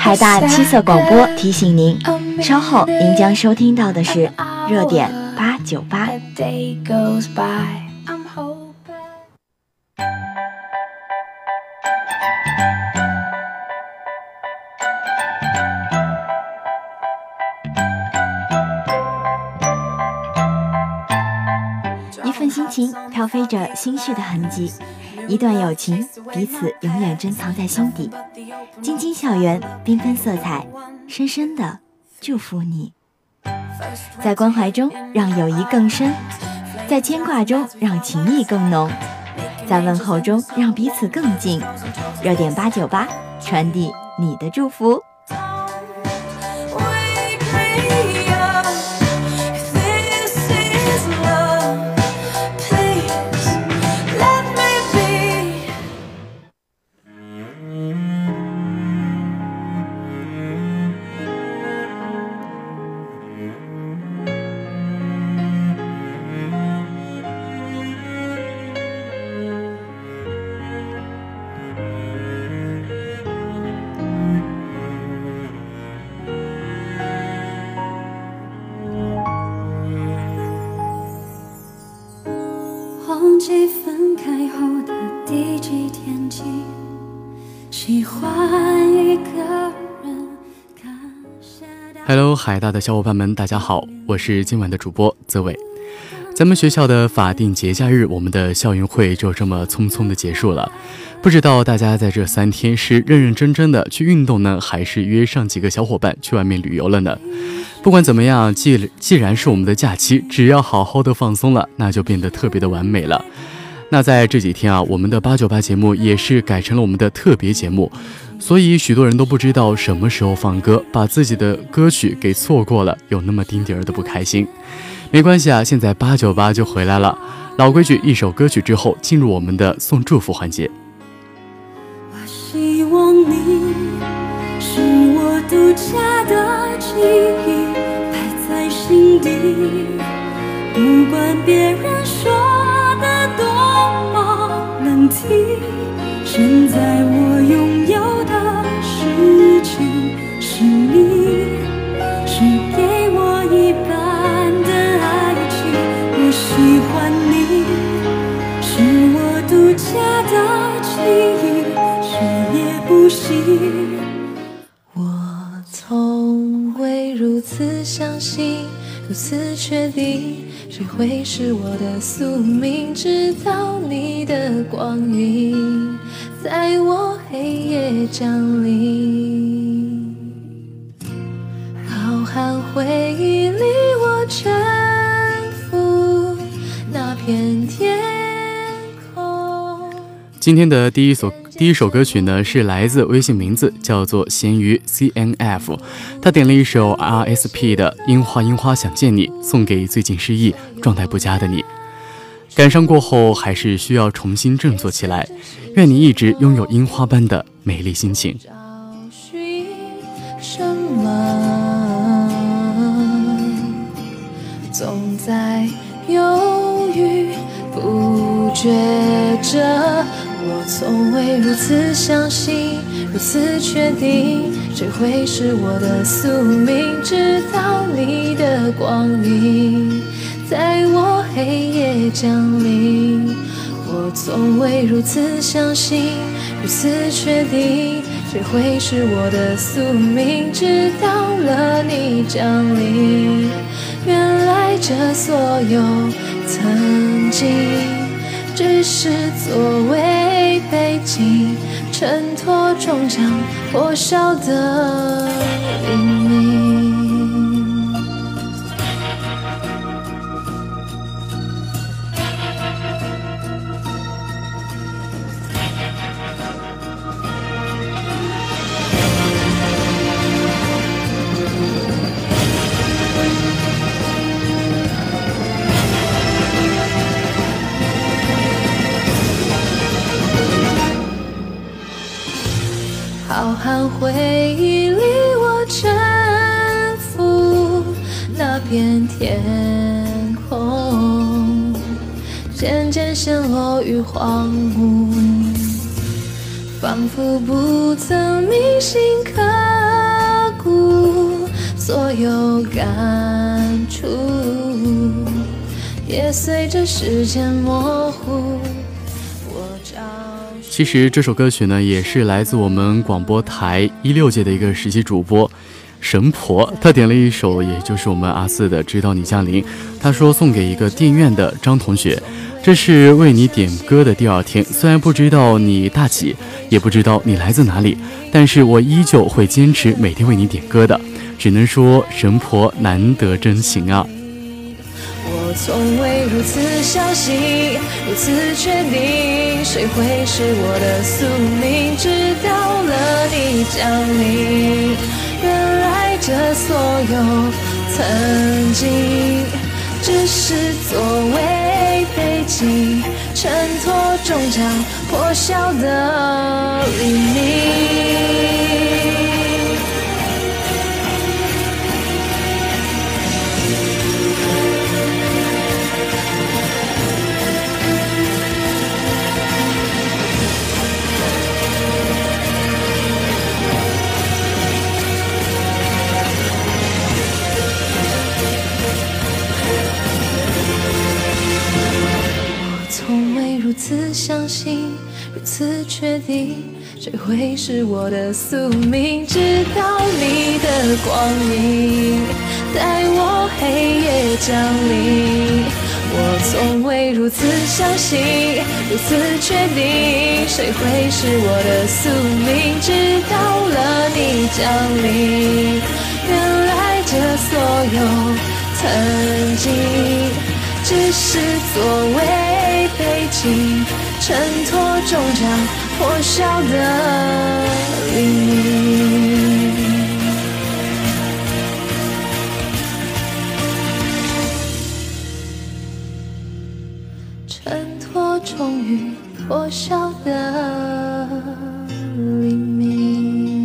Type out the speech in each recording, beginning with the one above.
海大七色广播提醒您，稍后您将收听到的是热点898。一份心情飘飞着心绪的痕迹，一段友情彼此永远珍藏在心底。晶晶校园，缤纷色彩，深深的祝福你。在关怀中让友谊更深，在牵挂中让情谊更浓，在问候中让彼此更近。热点898，传递你的祝福。 忘记分开后的第几天起，喜欢一个人看下。 Hello， 海大的小伙伴们，大家好，我是今晚的主播泽伟。咱们学校的法定节假日，我们的校运会就这么匆匆的结束了。不知道大家在这3天是认认真真的去运动呢，还是约上几个小伙伴去外面旅游了呢？不管怎么样，既然是我们的假期，只要好好的放松了，那就变得特别的完美了。那在这几天啊，我们的898节目也是改成了我们的特别节目，所以许多人都不知道什么时候放歌，把自己的歌曲给错过了，有那么丁点儿的不开心。没关系啊，现在898就回来了。老规矩，一首歌曲之后进入我们的送祝福环节。 我希望你是我独家的记忆，摆在心底，不管别人说的多么难听，现在我拥有的事情是你，是给我一半的爱情。我喜欢你，是我独家的记忆，谁也不行。我从未如此相信，如此确定，谁会是我的宿命，直到你的光晕在我黑夜降临。浩瀚回忆里，我征服那片天空。 今天的第一首歌曲呢，是来自微信名字叫做咸鱼 CNF， 他点了一首 RSP 的樱花樱花想见你，送给最近失忆状态不佳的你。感伤过后还是需要重新振作起来，愿你一直拥有樱花般的美丽心情。 找寻什么，总在犹豫不决着。我从未如此相信，如此确定，谁会是我的宿命，直到你的光晕在我黑夜降临。我从未如此相信，如此确定，谁会是我的宿命，直到了你降临。原来这所有曾经只是作为背景，衬托终将破晓的黎明。浩瀚回忆里，我征服那片天空，渐渐陷落于荒芜， 仿佛不曾铭心刻骨，所有感触也随着时间模糊。 其实这首歌曲呢，也是来自我们广播台16届的一个实习主播神婆，他点了一首，也就是我们阿四的《直到你降临》，他说送给一个电院的张同学，这是为你点歌的第2天，虽然不知道你大几，也不知道你来自哪里，但是我依旧会坚持每天为你点歌的，只能说神婆难得真情啊。 我从未如此相信，如此确定，谁会是我的宿命，直到了你降临。原来这所有曾经只是作为背景，衬托终将破晓的黎明。如此相信，如此确定，谁会是我的宿命，直到你的光影带我黑夜降临。我从未如此相信，如此确定，谁会是我的宿命，直到了你降临。原来这所有曾经只是作为背景，衬托终将破晓的黎明。衬托终于破晓的黎明。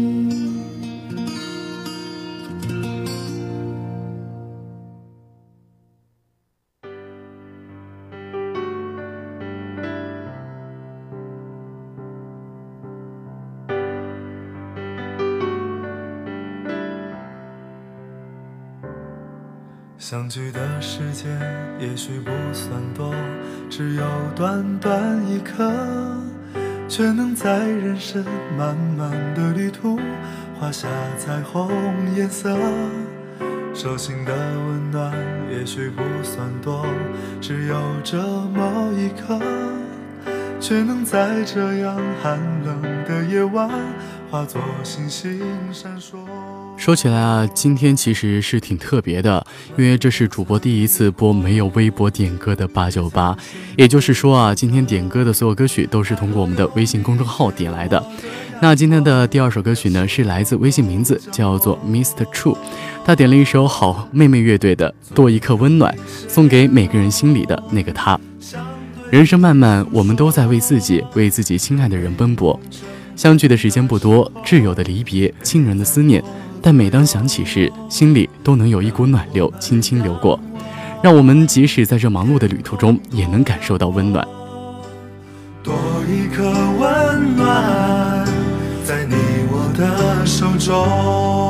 相聚的时间也许不算多，只有短短一刻，却能在人生漫漫的旅途画下彩虹颜色。手心的温暖也许不算多，只有这么一刻，却能在这样寒冷的夜晚化作星星闪烁。 说起来啊，今天其实是挺特别的，因为这是主播第一次播没有微博点歌的898，也就是说啊，今天点歌的所有歌曲都是通过我们的微信公众号点来的。那今天的第2首歌曲呢，是来自微信名字叫做 Mr. True， 他点了一首好妹妹乐队的《多一刻温暖》，送给每个人心里的那个他。人生漫漫，我们都在为自己亲爱的人奔波，相聚的时间不多，挚友的离别，亲人的思念，但每当想起时，心里都能有一股暖流轻轻流过，让我们即使在这忙碌的旅途中，也能感受到温暖。 多一颗温暖，在你我的手中。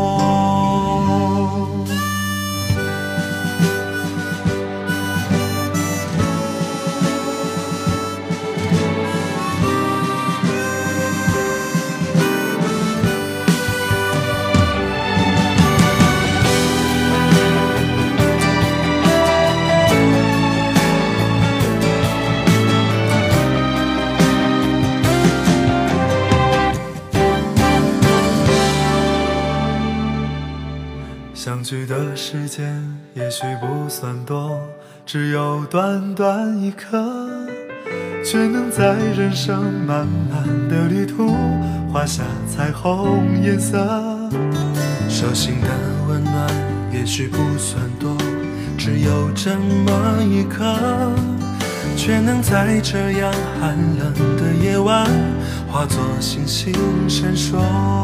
相聚的时间也许不算多，只有短短一刻，却能在人生漫漫的旅途画下彩虹颜色。手心的温暖也许不算多，只有这么一刻，却能在这样寒冷的夜晚化作星星闪烁。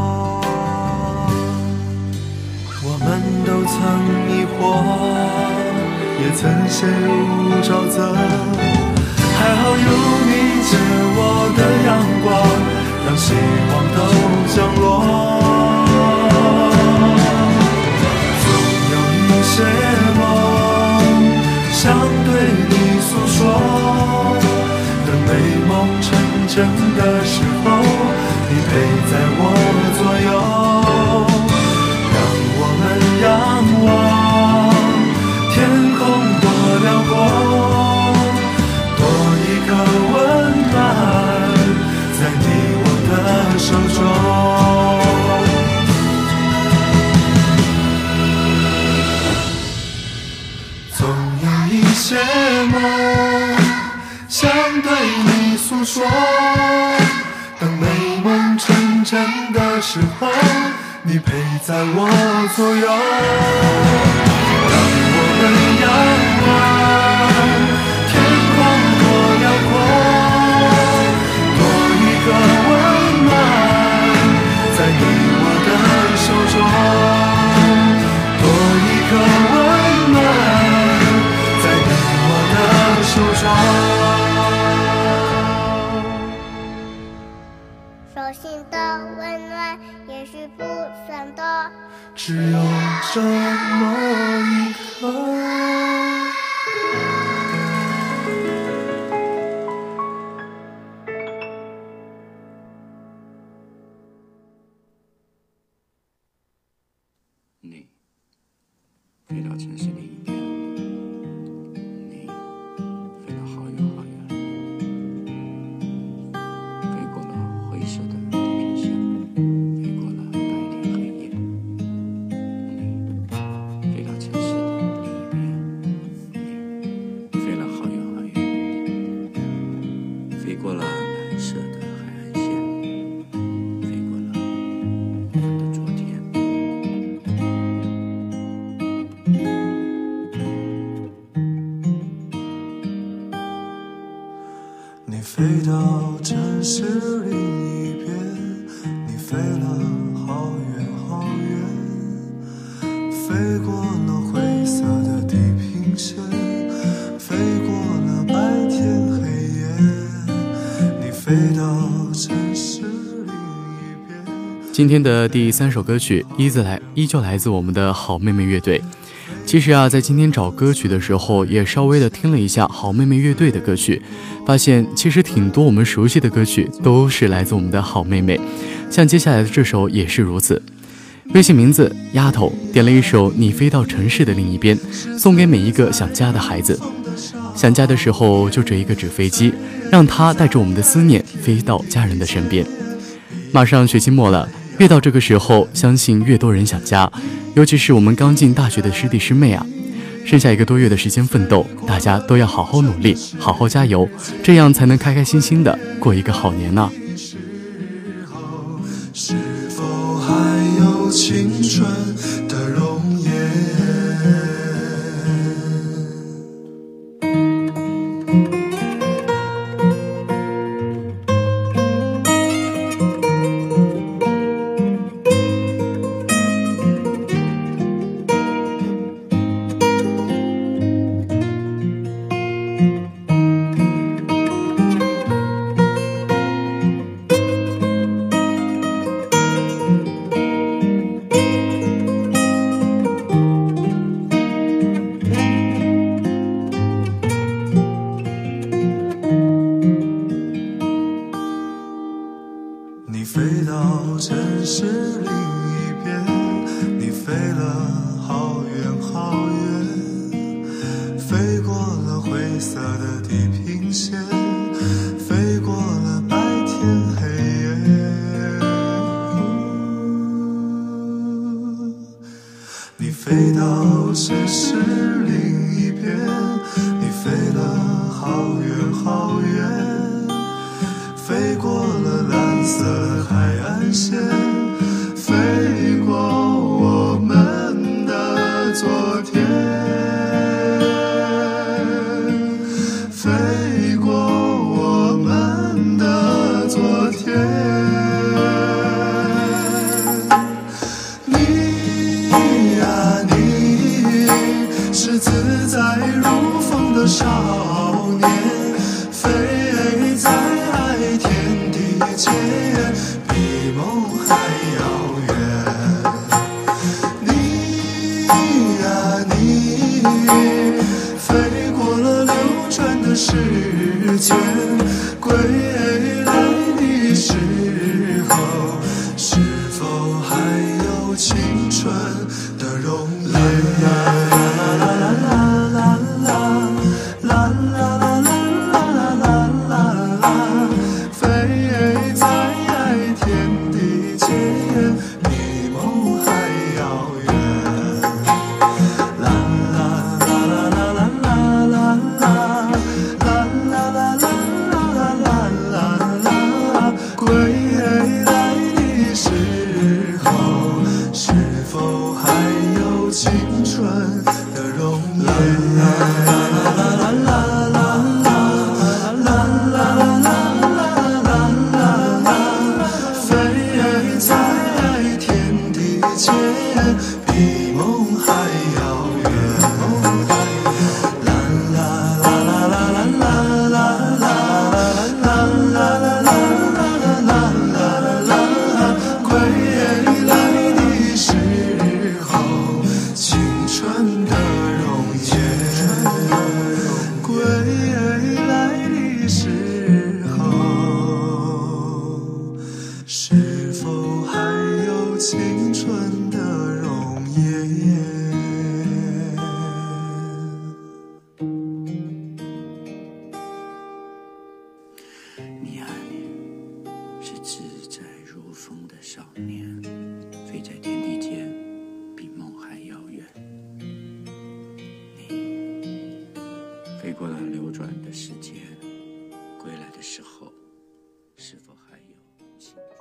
我们都曾迷惑，也曾陷入沼泽，还好有你借我的阳光， 让希望都降落。总有一些梦想对你诉说，等美梦成真的时候，你陪在我左右。让我们仰望天空多辽阔，多一颗温暖在你我的手中。总有一些梦想对你诉说，等美梦成真的时候，你陪在我左右。让我们仰望天空多辽阔，多一个温暖在你我的手中，多一个温暖在你我的手中。 手心的温暖也许不算多， 只有这么一刻。 你飞到城市另一边，你飞到好远好远，飞过了灰色的地平线，飞过了白天黑夜。你飞到城市的另一边，你飞了好远好远，飞过了蓝色的海岸线，飞过了我们的昨天。 你飞到城市另一边，你飞了好远好远，飞过了灰色的地平线，飞过了白天黑夜，你飞到城市另一边。 今天的第3首歌曲依旧来自我们的好妹妹乐队。其实啊，在今天找歌曲的时候，也稍微的听了一下好妹妹乐队的歌曲，发现其实挺多我们熟悉的歌曲都是来自我们的好妹妹，像接下来的这首也是如此。微信名字丫头点了一首《你飞到城市的另一边》，送给每一个想家的孩子。想家的时候就折一个纸飞机，让它带着我们的思念飞到家人的身边。马上学期末了，越到这个时候，相信越多人想家，尤其是我们刚进大学的师弟师妹啊。剩下1个多月的时间奋斗，大家都要好好努力，好好加油，这样才能开开心心的过一个好年呢。 是否还有青春的容颜？你飞到城市另一边，你飞了好远好远，飞过了灰色的地平线，飞过了白天黑夜。你飞到城市另一边，你飞了好远好远，飞过了蓝色海岸线，飞过我们的昨天，飞过我们的昨天。你呀你，是候，是否还有青春的容颜？ 飞过了流转的时间，归来的时候，是否还有青春？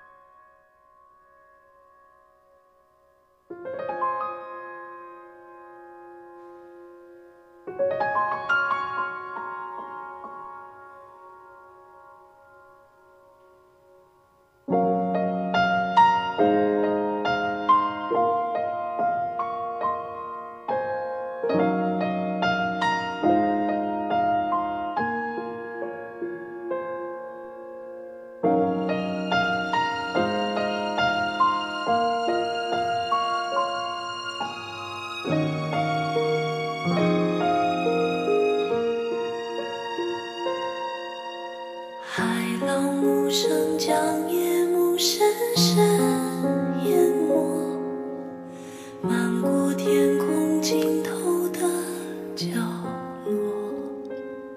海浪无声将夜幕深深淹没，漫过天空尽头的角落。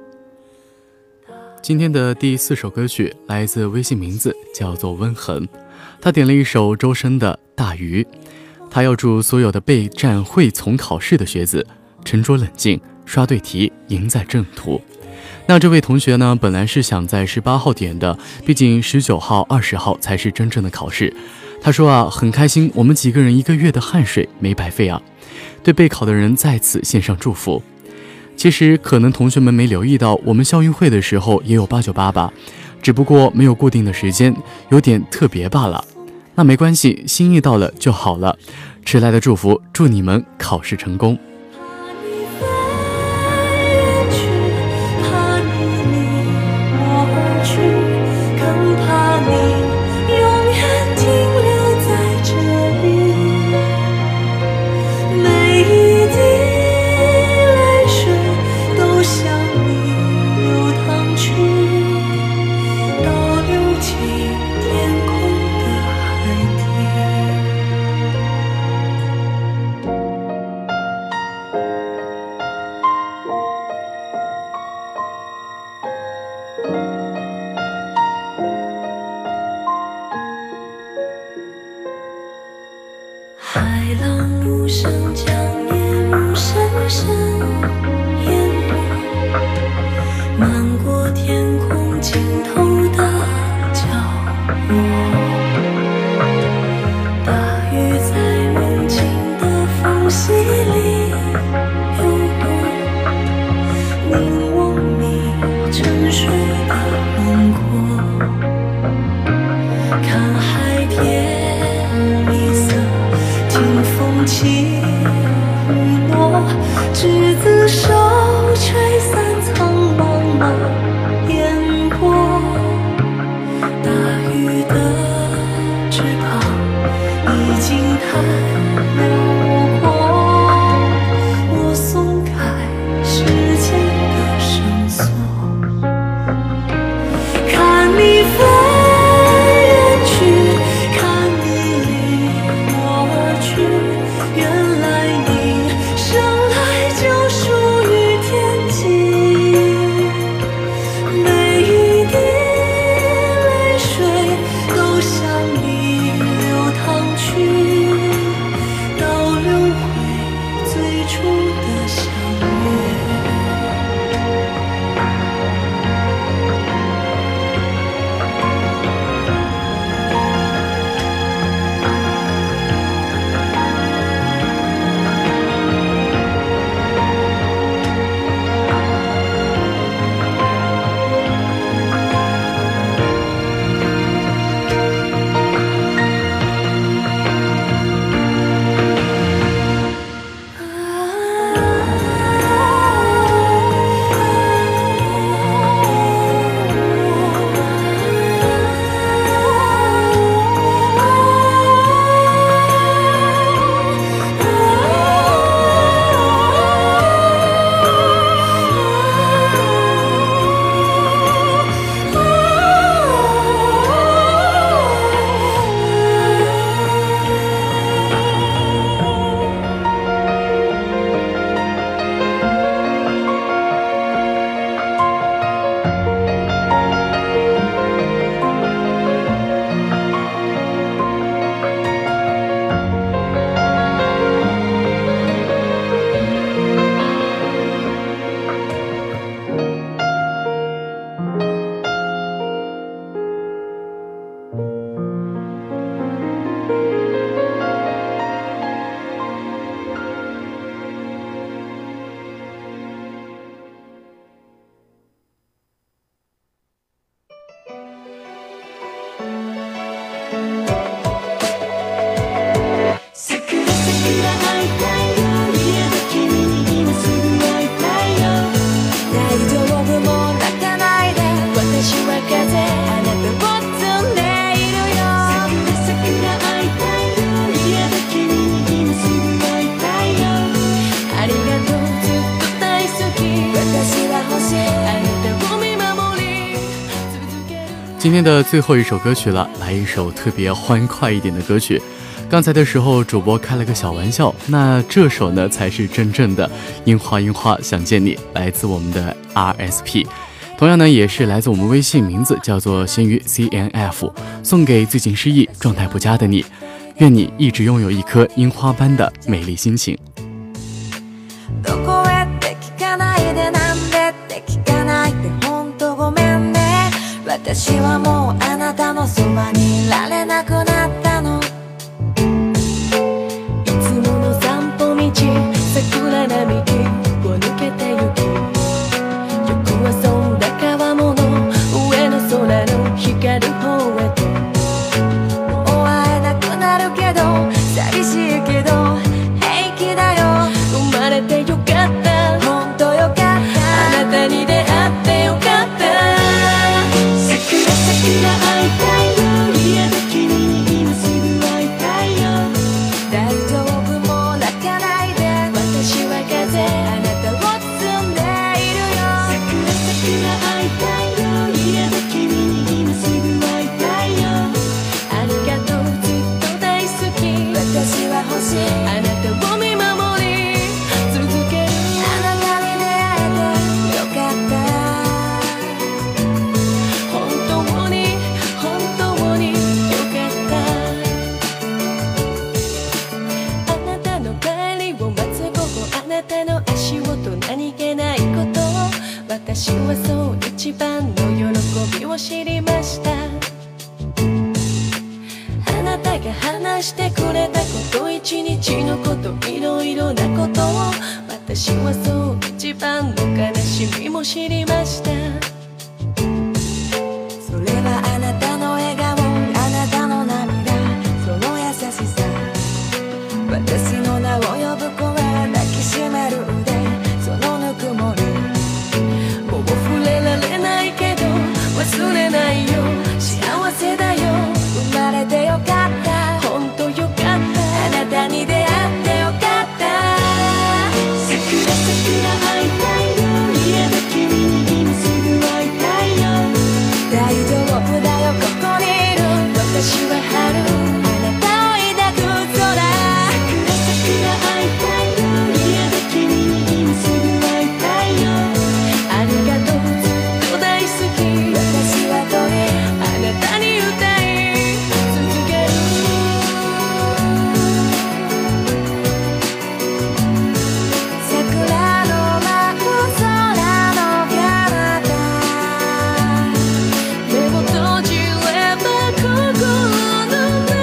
今天的第4首歌曲来自微信名字叫做温恒，他点了一首周深的《大鱼》，他要祝所有的备战会从考试的学子沉着冷静，刷对题，赢在正途。那这位同学呢，本来是想在18号点的，毕竟19号、20号才是真正的考试。他说啊，很开心，我们几个人1个月的汗水没白费啊，对备考的人在此献上祝福。其实可能同学们没留意到，我们校运会的时候也有898吧，只不过没有固定的时间，有点特别罢了。那没关系，心意到了就好了。迟来的祝福，祝你们考试成功。 海浪无声将夜幕深深淹没，漫过天空尽头的角落。大雨在梦境的缝隙里流动，凝望你沉睡的轮廓，看海天一色，听风起雨落，执子手，吹散苍茫茫烟波。大雨的翅膀已经太辽阔，我松开时间的绳索，看你飞远去。 今天的最后一首歌曲了，来一首特别欢快一点的歌曲。刚才的时候主播开了个小玩笑，那这首呢才是真正的樱花樱花想见你，来自我们的 RSP， 同样呢也是来自我们微信，名字叫做咸鱼 CNF， 送给最近失忆状态不佳的你，愿你一直拥有一颗樱花般的美丽心情。 私はもうあなたのそばにいられなくなったの。いつもの散歩道、桜並木を抜けてゆき、よく遊んだ川面の上の空の光る方へと、もう会えなくなるけど寂しいけど平気だよ。生まれてよかった、本当よかった、あなたに出会ってよかった。会いたいよ、嫌だ君に今すぐ会いたいよ。大丈夫もう泣かないで、私は風、あなたを包んでいるよ。桜桜会いたいよ、嫌だ君に今すぐ会いたいよ。ありがとうずっと大好き、私は欲しい、あなたを見守り続ける。あなたに出会えてよかった。私はそう一番の喜びを知りました。あなたが話してくれたこと、一日のこと、いろいろなことを、私はそう一番の悲しみも知りました。それはあなたの笑顔、あなたの涙、その優しさ、私の名を呼ぶ声、抱きしめる腕、そのぬくもり、触れられないけど忘れないよ、幸せだよ、生まれてよかった、本当よかった、あなたに出会ってよかった。桜桜会いたいよ、嫌だ君に今すぐ会いたいよ。大丈夫だよ、ここにいる、私は春、あなたを抱く空。桜桜会いたいよ、嫌だ君に今すぐ会いたいよ。ありがとうずっと大好き、私は鳥、あなたに歌い続ける。桜の舞う空の彼方、目を閉じれば心の中。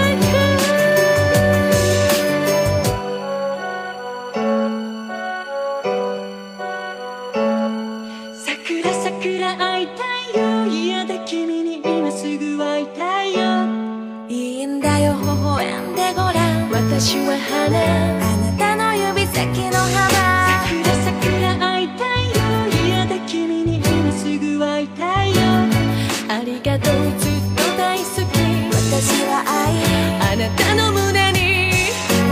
桜桜会いたいよ、嫌だ君に今すぐ会いたいよ。いいんだよ、微笑んでごらん、私は花、あなたの指先の花。桜桜会いたいよ、嫌だ君に今すぐ会いたいよ。ありがとうずっと大好き、私は愛、あなたの胸に。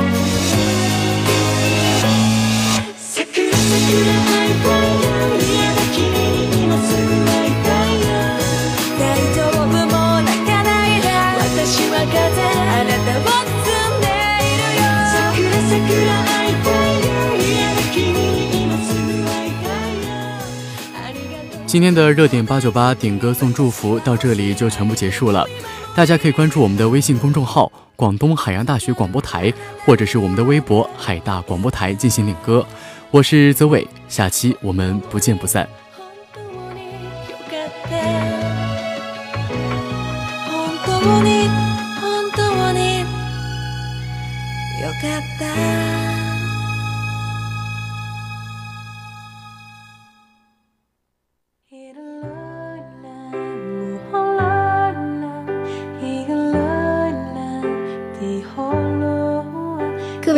桜桜会いたいよ、嫌だ君に今すぐ会いたいよ。大丈夫もう泣かないで、私は風、あなたを包んでいるよ。桜桜会いたいよ、嫌だ君に今すぐ会いたいよ。ありがとう。 今天的热点898点歌送祝福到这里就全部结束了，大家可以关注我们的微信公众号广东海洋大学广播台，或者是我们的微博海大广播台进行点歌。我是泽伟，下期我们不见不散。 本当に本当によかった。一个人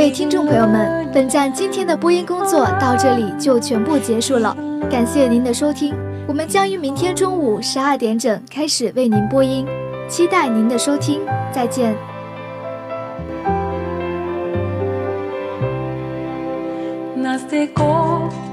位听众朋友们，本站今天的播音工作到这里就全部结束了，感谢您的收听，我们将于明天中午12点整开始为您播音，期待您的收听，再见。 なぜこ